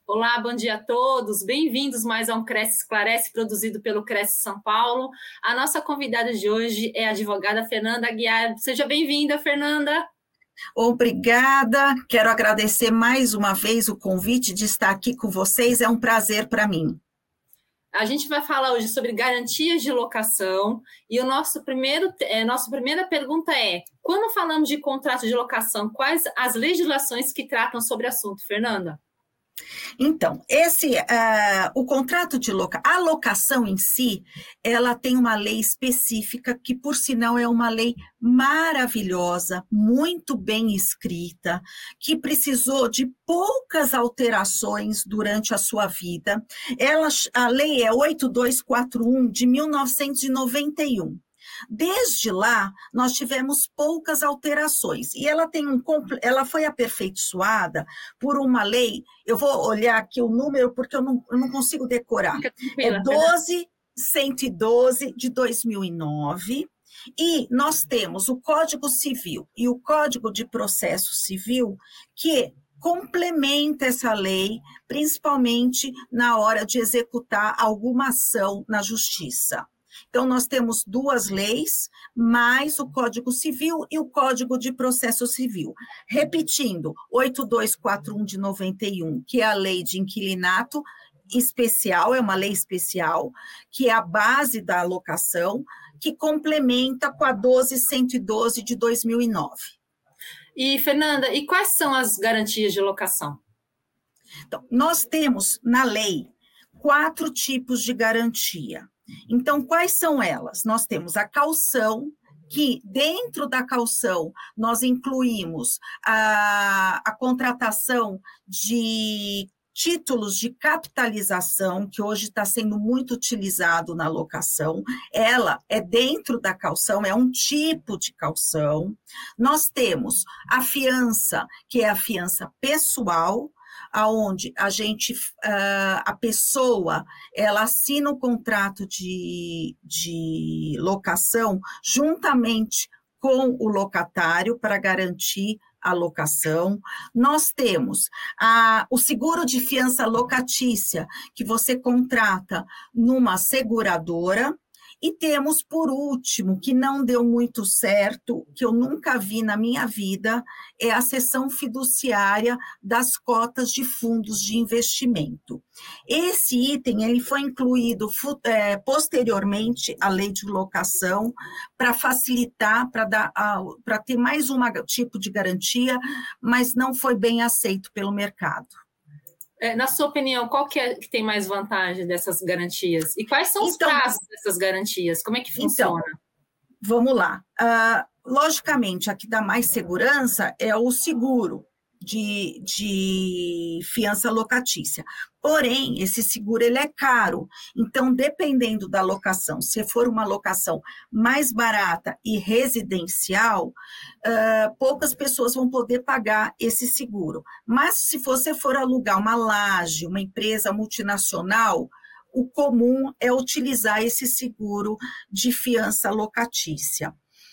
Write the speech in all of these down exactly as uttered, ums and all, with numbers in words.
Olá, bom dia a todos. Bem-vindos mais a um Cresce Esclarece, produzido pelo Cresce São Paulo. A nossa convidada de hoje é a advogada Fernanda Aguiar. Seja bem-vinda, Fernanda. Obrigada, quero agradecer mais uma vez o convite de estar aqui com vocês, é um prazer para mim. A gente vai falar hoje sobre garantias de locação e o nosso primeiro, é, nossa primeira pergunta é: quando falamos de contrato de locação, quais as legislações que tratam sobre o assunto, Fernanda? Então, esse, uh, o contrato de loca, a locação em si, ela tem uma lei específica que, por sinal, é uma lei maravilhosa, muito bem escrita, que precisou de poucas alterações durante a sua vida. Ela, a lei é oito dois quatro um de mil novecentos e noventa e um. Desde lá, nós tivemos poucas alterações, e ela, tem um, ela foi aperfeiçoada por uma lei, eu vou olhar aqui o número porque eu não, eu não consigo decorar, é doze mil cento e doze de dois mil e nove, e nós temos o Código Civil e o Código de Processo Civil, que complementa essa lei, principalmente na hora de executar alguma ação na justiça. Então, nós temos duas leis, mais o Código Civil e o Código de Processo Civil. Repetindo, oito dois quatro um de noventa e um, que é a lei de inquilinato especial, é uma lei especial, que é a base da alocação, que complementa com a doze mil cento e doze de dois mil e nove. E, Fernanda, e quais são as garantias de locação? Então, nós temos na lei quatro tipos de garantia. Então, quais são elas? Nós temos a caução, que dentro da caução nós incluímos a, a contratação de títulos de capitalização, que hoje está sendo muito utilizado na locação. Ela é dentro da caução, é um tipo de caução. Nós temos a fiança, que é a fiança pessoal, aonde a gente, a pessoa, ela assina o contrato de, de locação juntamente com o locatário para garantir a locação. Nós temos a, o seguro de fiança locatícia, que você contrata numa seguradora. E temos, por último, que não deu muito certo, que eu nunca vi na minha vida, é a cessão fiduciária das cotas de fundos de investimento. Esse item ele foi incluído é, posteriormente à lei de locação para facilitar, para dar, para ter mais um tipo de garantia, mas não foi bem aceito pelo mercado. Na sua opinião, qual que, é, que tem mais vantagem dessas garantias? E quais são os então, prazos dessas garantias? Como é que funciona? Então, vamos lá. Uh, logicamente, a que dá mais segurança é o seguro de, de fiança locatícia. Porém, esse seguro ele é caro. Então, dependendo da locação, se for uma locação mais barata e residencial, uh, poucas pessoas vão poder pagar esse seguro. Mas, se você for alugar uma laje, uma empresa multinacional, o comum é utilizar esse seguro de fiança locatícia.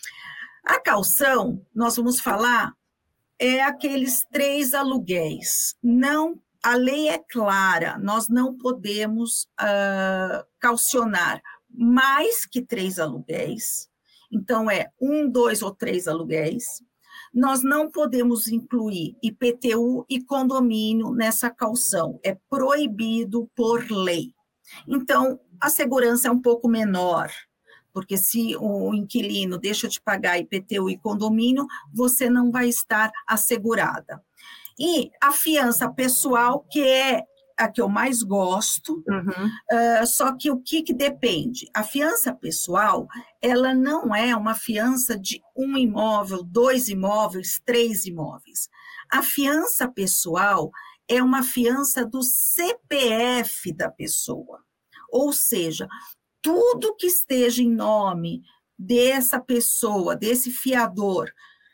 A caução, nós vamos falar, é aqueles três aluguéis. Não, a lei é clara, nós não podemos uh, caucionar mais que três aluguéis. Então, é um, dois ou três aluguéis. Nós não podemos incluir I P T U e condomínio nessa caução. É proibido por lei. Então, a segurança é um pouco menor, porque se o inquilino deixa de pagar I P T U e condomínio, você não vai estar assegurada. E a fiança pessoal, que é a que eu mais gosto, uhum. uh, só que o que, que depende? A fiança pessoal, ela não é uma fiança de um imóvel, dois imóveis, três imóveis. A fiança pessoal é uma fiança do C P F da pessoa, ou seja, tudo que esteja em nome dessa pessoa, desse fiador,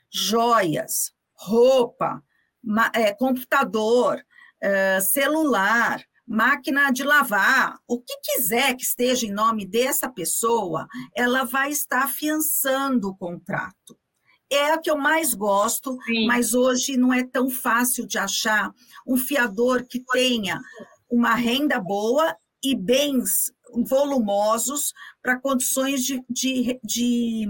joias, roupa, é, computador, é, celular, máquina de lavar, o que quiser que esteja em nome dessa pessoa, ela vai estar afiançando o contrato. é a que eu mais gosto, Sim. Mas hoje não é tão fácil de achar um fiador que tenha uma renda boa e bens volumosos para condições de, de, de,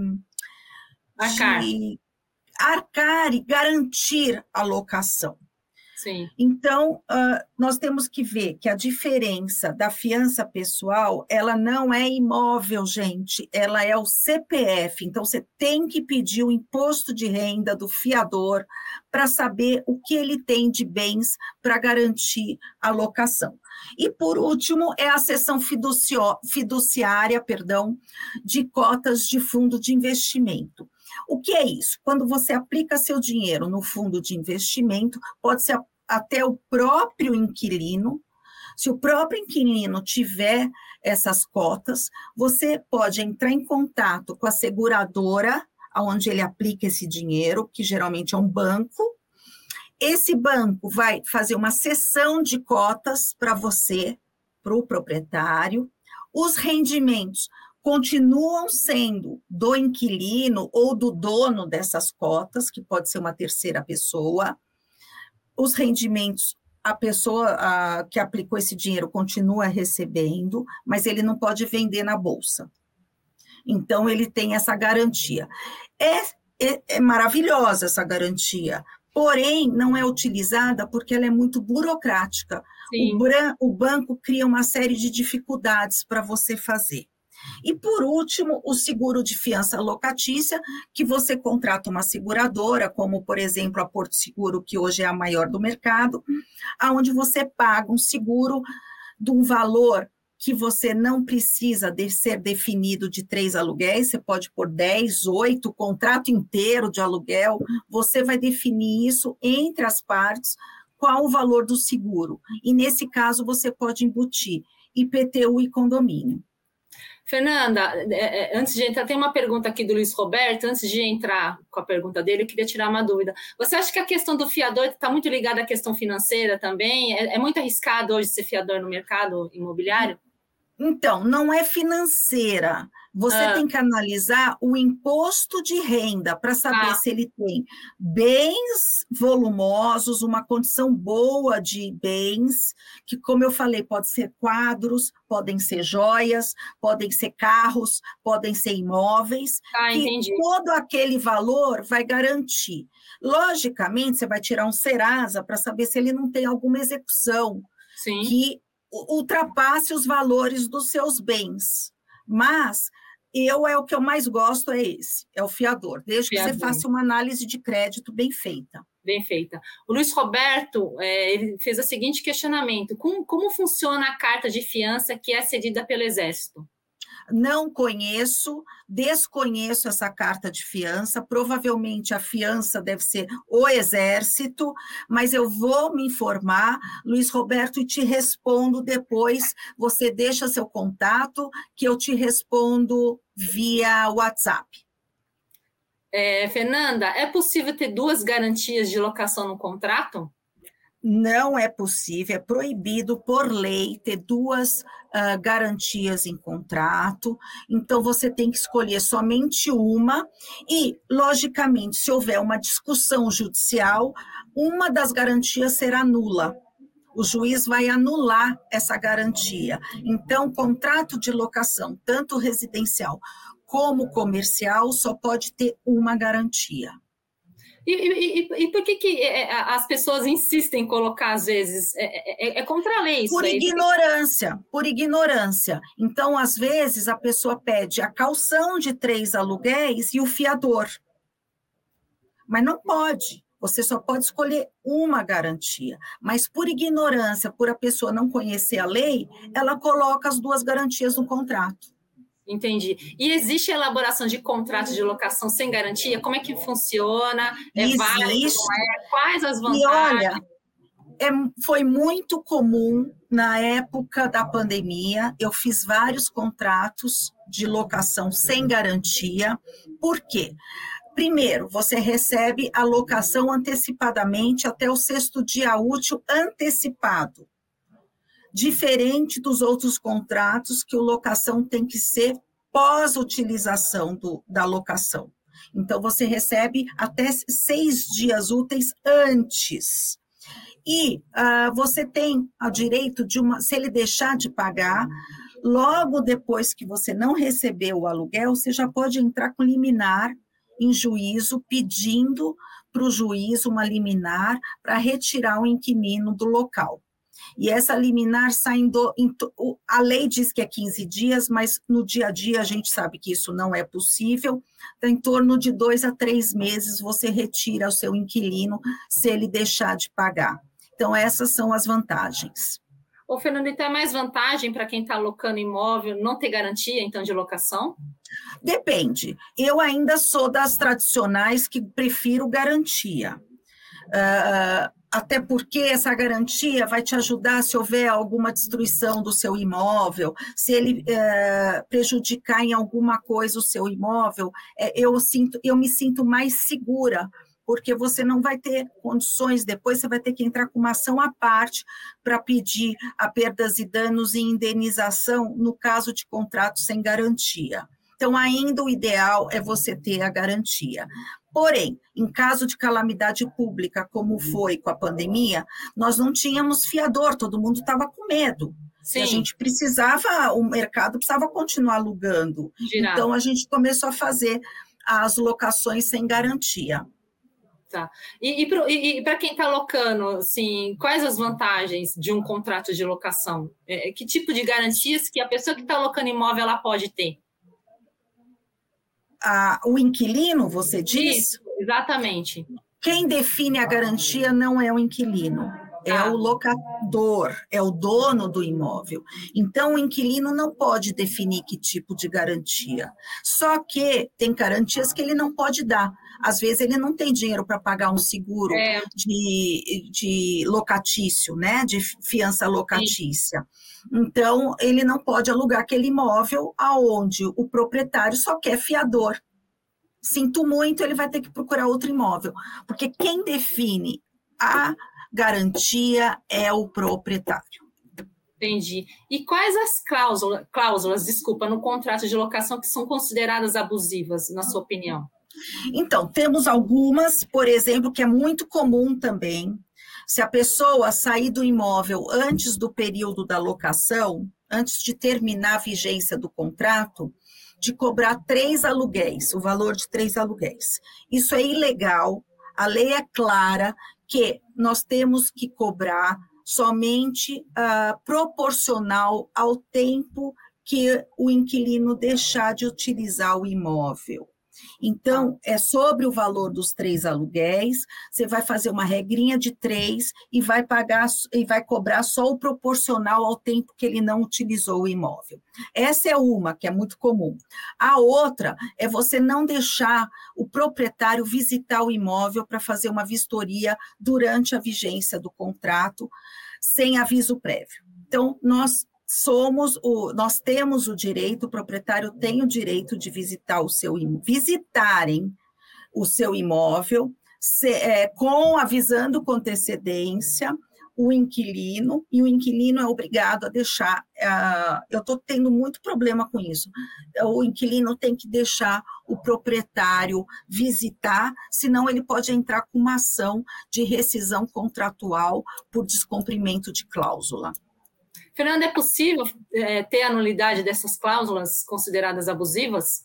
Arcar. de arcar e garantir a locação. Sim. Então, uh, nós temos que ver que a diferença da fiança pessoal, ela não é imóvel, gente, ela é o C P F. Então, você tem que pedir o imposto de renda do fiador para saber o que ele tem de bens para garantir a locação. E, por último, é a cessão fiduciária, perdão, de cotas de fundo de investimento. O que é isso? Quando você aplica seu dinheiro no fundo de investimento, pode ser até o próprio inquilino. Se o próprio inquilino tiver essas cotas, você pode entrar em contato com a seguradora, onde ele aplica esse dinheiro, que geralmente é um banco. Esse banco vai fazer uma cessão de cotas para você, para o proprietário. Os rendimentos continuam sendo do inquilino ou do dono dessas cotas, que pode ser uma terceira pessoa. Os rendimentos, a pessoa a, que aplicou esse dinheiro continua recebendo, mas ele não pode vender na bolsa. Então, ele tem essa garantia. É, é, é maravilhosa essa garantia, porém, não é utilizada porque ela é muito burocrática. O, bran, o banco cria uma série de dificuldades para você fazer. E, por último, o seguro de fiança locatícia, que você contrata uma seguradora, como, por exemplo, a Porto Seguro, que hoje é a maior do mercado, onde você paga um seguro de um valor que você não precisa de ser definido de três aluguéis, você pode pôr dez, oito, contrato inteiro de aluguel, você vai definir isso entre as partes, qual o valor do seguro. E, nesse caso, você pode embutir I P T U e condomínio. Fernanda, antes de entrar, tem uma pergunta aqui do Luiz Roberto. Antes de entrar com a pergunta dele, eu queria tirar uma dúvida. Você acha que a questão do fiador está muito ligada à questão financeira também? É, é muito arriscado hoje ser fiador no mercado imobiliário? Então, não é financeira. Você ah. tem que analisar o imposto de renda para saber ah. se ele tem bens volumosos, uma condição boa de bens, que, como eu falei, pode ser quadros, podem ser joias, podem ser carros, podem ser imóveis, ah, que entendi. todo aquele valor vai garantir. Logicamente, você vai tirar um Serasa para saber se ele não tem alguma execução Sim. que ultrapasse os valores dos seus bens, mas eu é o que eu mais gosto é esse, é o fiador, desde fiador. que você faça uma análise de crédito bem feita. Bem feita. O Luiz Roberto, é, ele fez o seguinte questionamento: como, como funciona a carta de fiança que é cedida pelo Exército? Não conheço, desconheço essa carta de fiança, provavelmente a fiança deve ser o Exército, mas eu vou me informar, Luiz Roberto, e te respondo depois. Você deixa seu contato, que eu te respondo via WhatsApp. É, Fernanda, é possível ter duas garantias de locação no contrato? Não é possível, é proibido por lei ter duas uh, garantias em contrato, então você tem que escolher somente uma e, logicamente, se houver uma discussão judicial, uma das garantias será nula. O juiz vai anular essa garantia. Então, contrato de locação, tanto residencial como comercial, só pode ter uma garantia. E, e, e por que, que as pessoas insistem em colocar, às vezes? É, é, é contra a lei isso Por aí. ignorância, por ignorância. Então, às vezes, a pessoa pede a caução de três aluguéis e o fiador. Mas não pode. Você só pode escolher uma garantia. Mas, por ignorância, por a pessoa não conhecer a lei, ela coloca as duas garantias no contrato. Entendi. E existe elaboração de contratos de locação sem garantia? Como é que funciona? É existe. válido? É? Quais as vantagens? E olha, é, foi muito comum na época da pandemia. Eu fiz vários contratos de locação sem garantia. Por quê? Primeiro, você recebe a locação antecipadamente até o sexto dia útil antecipado. Diferente dos outros contratos, que a locação tem que ser pós-utilização do, da locação. Então, você recebe até seis dias úteis antes. E uh, você tem o direito de uma, se ele deixar de pagar, logo depois que você não recebeu o aluguel, você já pode entrar com liminar em juízo, pedindo para o juiz uma liminar para retirar o inquilino do local. E essa liminar sai do, em, a lei diz que é quinze dias, mas no dia a dia a gente sabe que isso não é possível. Então, em torno de dois a três meses você retira o seu inquilino se ele deixar de pagar. Então, essas são as vantagens. Ô, Fernando, então é mais vantagem para quem está alocando imóvel não ter garantia, então, de locação? Depende. Eu ainda sou das tradicionais que prefiro garantia. Uh, até porque essa garantia vai te ajudar se houver alguma destruição do seu imóvel, se ele uh, prejudicar em alguma coisa o seu imóvel, eu, sinto, eu me sinto mais segura, porque você não vai ter condições, depois você vai ter que entrar com uma ação à parte para pedir a perdas e danos e indenização no caso de contrato sem garantia. Então, ainda o ideal é você ter a garantia. Porém, em caso de calamidade pública, como foi com a pandemia, nós não tínhamos fiador, todo mundo estava com medo. Sim. A gente precisava, o mercado precisava continuar alugando. Girar. Então, a gente começou a fazer as locações sem garantia. Tá. E, e, e para quem está locando, assim, quais as vantagens de um contrato de locação? É, que tipo de garantias que a pessoa que está locando imóvel ela pode ter? A, o inquilino, você diz? Isso, exatamente. Quem define a garantia não é o inquilino, é ah. o locador, é o dono do imóvel. Então, o inquilino não pode definir que tipo de garantia. Só que tem garantias que ele não pode dar. Às vezes, ele não tem dinheiro para pagar um seguro é. de, de locatício, né? De fiança locatícia. Sim. Então, ele não pode alugar aquele imóvel aonde o proprietário só quer fiador. Sinto muito, ele vai ter que procurar outro imóvel, porque quem define a garantia é o proprietário. Entendi. E quais as cláusulas, cláusulas, desculpa, no contrato de locação que são consideradas abusivas, na sua opinião? Então, temos algumas, por exemplo, que é muito comum também. Se a pessoa sair do imóvel antes do período da locação, antes de terminar a vigência do contrato, de cobrar três aluguéis, o valor de três aluguéis. Isso é ilegal, a lei é clara que nós temos que cobrar somente uh, proporcional ao tempo que o inquilino deixar de utilizar o imóvel. Então, é sobre o valor dos três aluguéis, você vai fazer uma regrinha de três e vai pagar e vai cobrar só o proporcional ao tempo que ele não utilizou o imóvel. Essa é uma que é muito comum. A outra é você não deixar o proprietário visitar o imóvel para fazer uma vistoria durante a vigência do contrato, sem aviso prévio. Então, nós Somos o, nós temos o direito, o proprietário tem o direito de visitar o seu visitarem o seu imóvel, se, é, com avisando com antecedência o inquilino, e o inquilino é obrigado a deixar. Uh, eu estou tendo muito problema com isso. O inquilino tem que deixar o proprietário visitar, senão ele pode entrar com uma ação de rescisão contratual por descumprimento de cláusula. Fernanda, é possível é, ter a nulidade dessas cláusulas consideradas abusivas?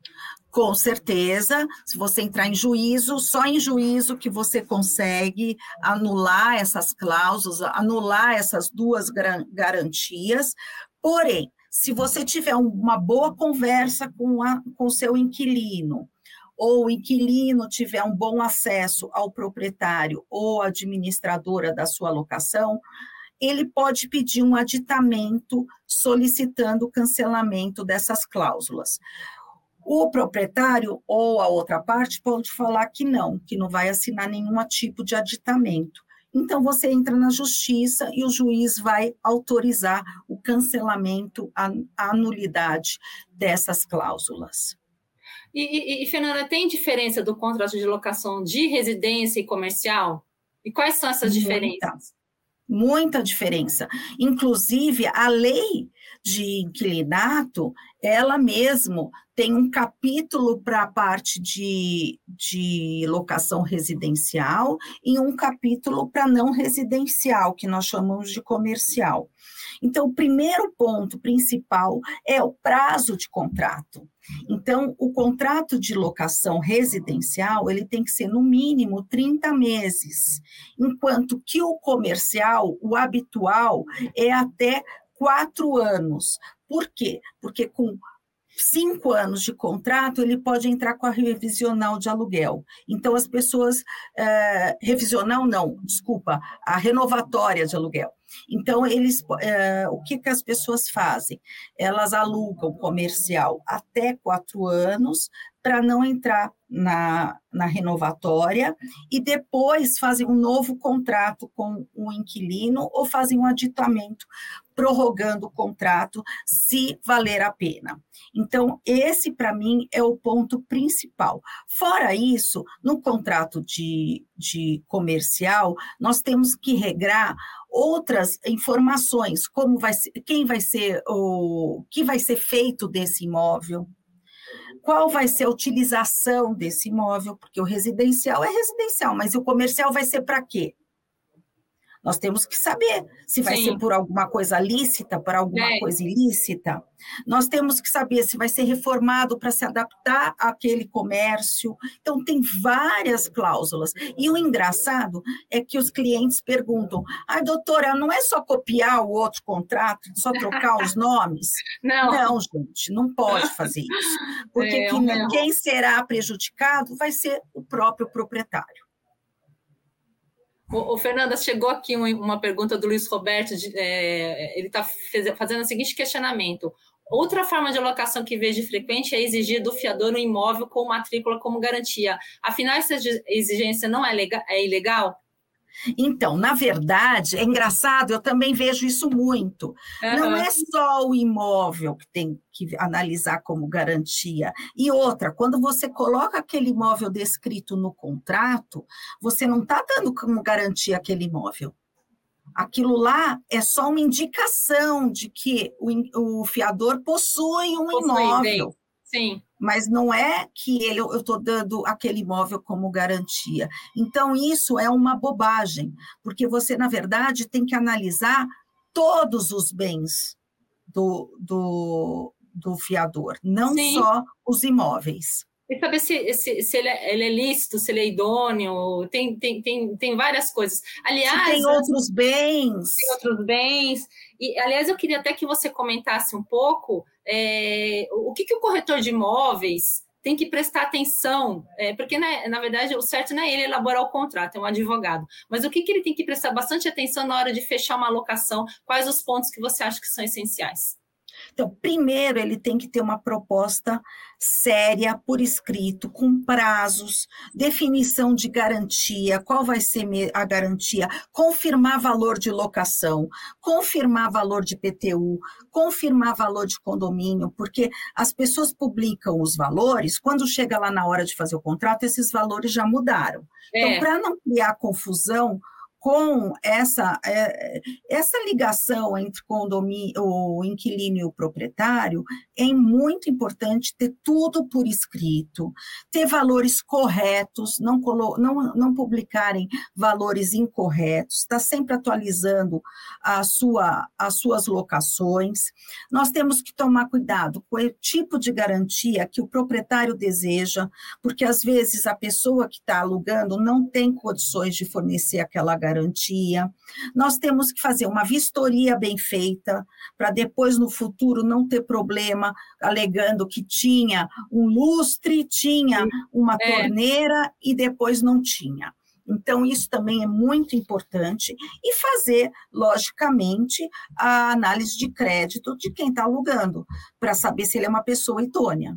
Com certeza, se você entrar em juízo, só em juízo que você consegue anular essas cláusulas, anular essas duas garantias. Porém, se você tiver uma boa conversa com o seu inquilino, ou o inquilino tiver um bom acesso ao proprietário ou administradora da sua locação, ele pode pedir um aditamento solicitando o cancelamento dessas cláusulas. O proprietário ou a outra parte pode falar que não, que não vai assinar nenhum tipo de aditamento. Então, você entra na justiça e o juiz vai autorizar o cancelamento, a, a nulidade dessas cláusulas. E, e, e, Fernanda, tem diferença do contrato de locação de residência e comercial? E quais são essas diferenças? Muita diferença. Inclusive, a lei de inquilinato, ela mesmo tem um capítulo para a parte de, de locação residencial e um capítulo para não residencial, que nós chamamos de comercial. Então, o primeiro ponto principal é o prazo de contrato. Então, o contrato de locação residencial, ele tem que ser no mínimo trinta meses, enquanto que o comercial, o habitual, é até quatro anos. Por quê? Porque com cinco anos de contrato, ele pode entrar com a revisional de aluguel. Então, as pessoas... É, revisional não, desculpa, a renovatória de aluguel. Então, eles, é, o que, que as pessoas fazem? Elas alugam comercial até quatro anos para não entrar na, na renovatória e depois fazem um novo contrato com o inquilino ou fazem um aditamento prorrogando o contrato, se valer a pena. Então, esse, para mim, é o ponto principal. Fora isso, no contrato de, de comercial, nós temos que regrar outras informações, como vai ser, quem vai ser, o que vai ser feito desse imóvel, qual vai ser a utilização desse imóvel, porque o residencial é residencial, mas o comercial vai ser para quê? Nós temos que saber se vai Sim. ser por alguma coisa lícita, por alguma é. coisa ilícita. Nós temos que saber se vai ser reformado para se adaptar àquele comércio. Então, tem várias cláusulas. E o engraçado é que os clientes perguntam, ah, doutora, não é só copiar o outro contrato, só trocar os nomes? Não. Não, gente, não pode fazer isso. Porque é, quem, é quem será prejudicado vai ser o próprio proprietário. O, o Fernanda, chegou aqui uma, uma pergunta do Luiz Roberto, de, é, ele está fazendo o seguinte questionamento. Outra forma de alocação que vejo frequente é exigir do fiador um imóvel com matrícula como garantia. Afinal, essa exigência não é, legal, é ilegal? Então, na verdade, é engraçado, eu também vejo isso muito. Uhum. Não é só o imóvel que tem que analisar como garantia. E outra, quando você coloca aquele imóvel descrito no contrato, você não está dando como garantia aquele imóvel. Aquilo lá é só uma indicação de que o, o fiador possui um possui, imóvel. Bem. Sim. Mas não é que ele, eu estou dando aquele imóvel como garantia. Então, isso é uma bobagem, porque você, na verdade, tem que analisar todos os bens do, do, do fiador, não Sim. só os imóveis. E saber se, se, se ele, é, ele é lícito, se ele é idôneo, tem, tem, tem, tem várias coisas. Aliás, se tem outros bens. Tem outros bens. E, aliás, eu queria até que você comentasse um pouco é, o que, que o corretor de imóveis tem que prestar atenção, é, porque, né, na verdade, o certo não é ele elaborar o contrato, é um advogado, mas o que, que ele tem que prestar bastante atenção na hora de fechar uma locação, quais os pontos que você acha que são essenciais? Então, primeiro, ele tem que ter uma proposta séria, por escrito, com prazos, definição de garantia, qual vai ser a garantia, confirmar valor de locação, confirmar valor de P T U, confirmar valor de condomínio, porque as pessoas publicam os valores, quando chega lá na hora de fazer o contrato, esses valores já mudaram. É. Então, para não criar confusão, com essa, essa ligação entre condomínio, o inquilino e o proprietário, é muito importante ter tudo por escrito, ter valores corretos, não, não, não publicarem valores incorretos, estar sempre atualizando a sua, as suas locações. Nós temos que tomar cuidado com o tipo de garantia que o proprietário deseja, porque às vezes a pessoa que está alugando não tem condições de fornecer aquela garantia. garantia. Nós temos que fazer uma vistoria bem feita, para depois, no futuro, não ter problema, alegando que tinha um lustre, tinha uma é. torneira e depois não tinha. Então, isso também é muito importante. E fazer, logicamente, a análise de crédito de quem está alugando, para saber se ele é uma pessoa idônea.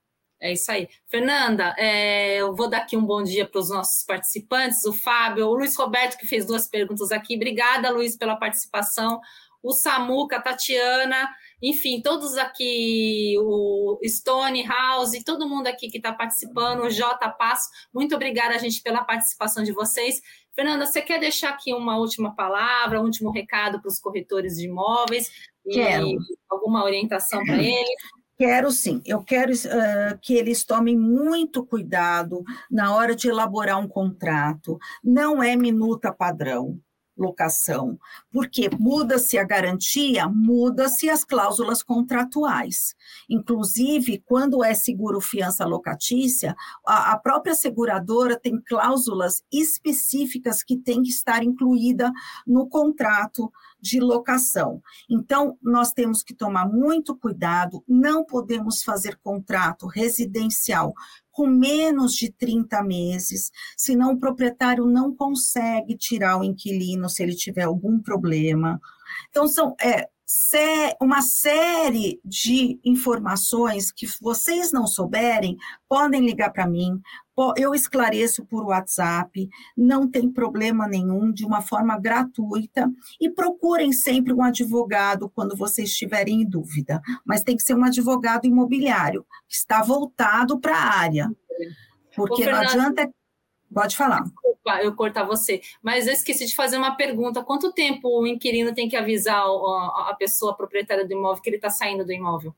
É isso aí. Fernanda, é, eu vou dar aqui um bom dia para os nossos participantes, o Fábio, o Luiz Roberto, que fez duas perguntas aqui. Obrigada, Luiz, pela participação. O Samuca, a Tatiana, enfim, todos aqui, o Stone House, todo mundo aqui que está participando, o J Passo. Muito obrigada, gente, pela participação de vocês. Fernanda, você quer deixar aqui uma última palavra, um último recado para os corretores de imóveis? Quero. E alguma orientação para eles? Quero sim, eu quero uh, que eles tomem muito cuidado na hora de elaborar um contrato, não é minuta padrão, locação, porque muda-se a garantia, muda-se as cláusulas contratuais. Inclusive, quando é seguro fiança locatícia, a, a própria seguradora tem cláusulas específicas que tem que estar incluída no contrato de locação. Então, nós temos que tomar muito cuidado, não podemos fazer contrato residencial com menos de trinta meses, senão o proprietário não consegue tirar o inquilino se ele tiver algum problema. Então, são é, uma série de informações que vocês não souberem, podem ligar para mim, eu esclareço por WhatsApp, não tem problema nenhum, de uma forma gratuita, e procurem sempre um advogado quando vocês estiverem em dúvida, mas tem que ser um advogado imobiliário, que está voltado para a área, porque Ô, não adianta... Pode falar. Desculpa eu cortar você, mas eu esqueci de fazer uma pergunta. Quanto tempo o inquilino tem que avisar a pessoa proprietária do imóvel que ele está saindo do imóvel?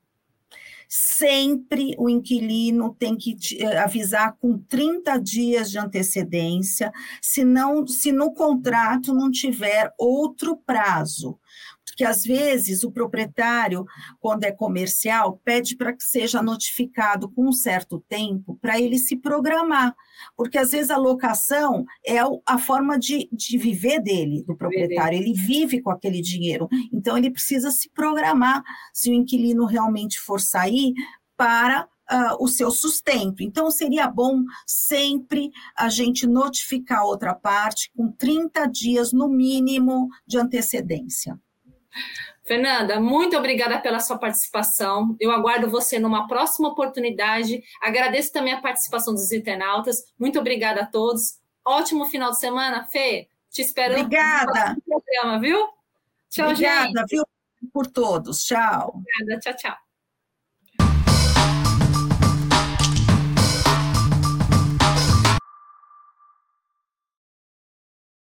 Sempre o inquilino tem que avisar com trinta dias de antecedência, se, não, se no contrato não tiver outro prazo. Porque, às vezes, o proprietário, quando é comercial, pede para que seja notificado com um certo tempo para ele se programar. Porque, às vezes, a locação é a forma de, de viver dele, do proprietário. Ele vive com aquele dinheiro. Então, ele precisa se programar se o inquilino realmente for sair para uh, o seu sustento. Então, seria bom sempre a gente notificar a outra parte com trinta dias, no mínimo, de antecedência. Fernanda, muito obrigada pela sua participação. Eu aguardo você numa próxima oportunidade. Agradeço também a participação dos internautas. Muito obrigada a todos. Ótimo final de semana, Fê. Te espero obrigada. no programa, viu? Tchau, obrigada, gente. Viu, por todos. Tchau. Obrigada. Tchau, tchau.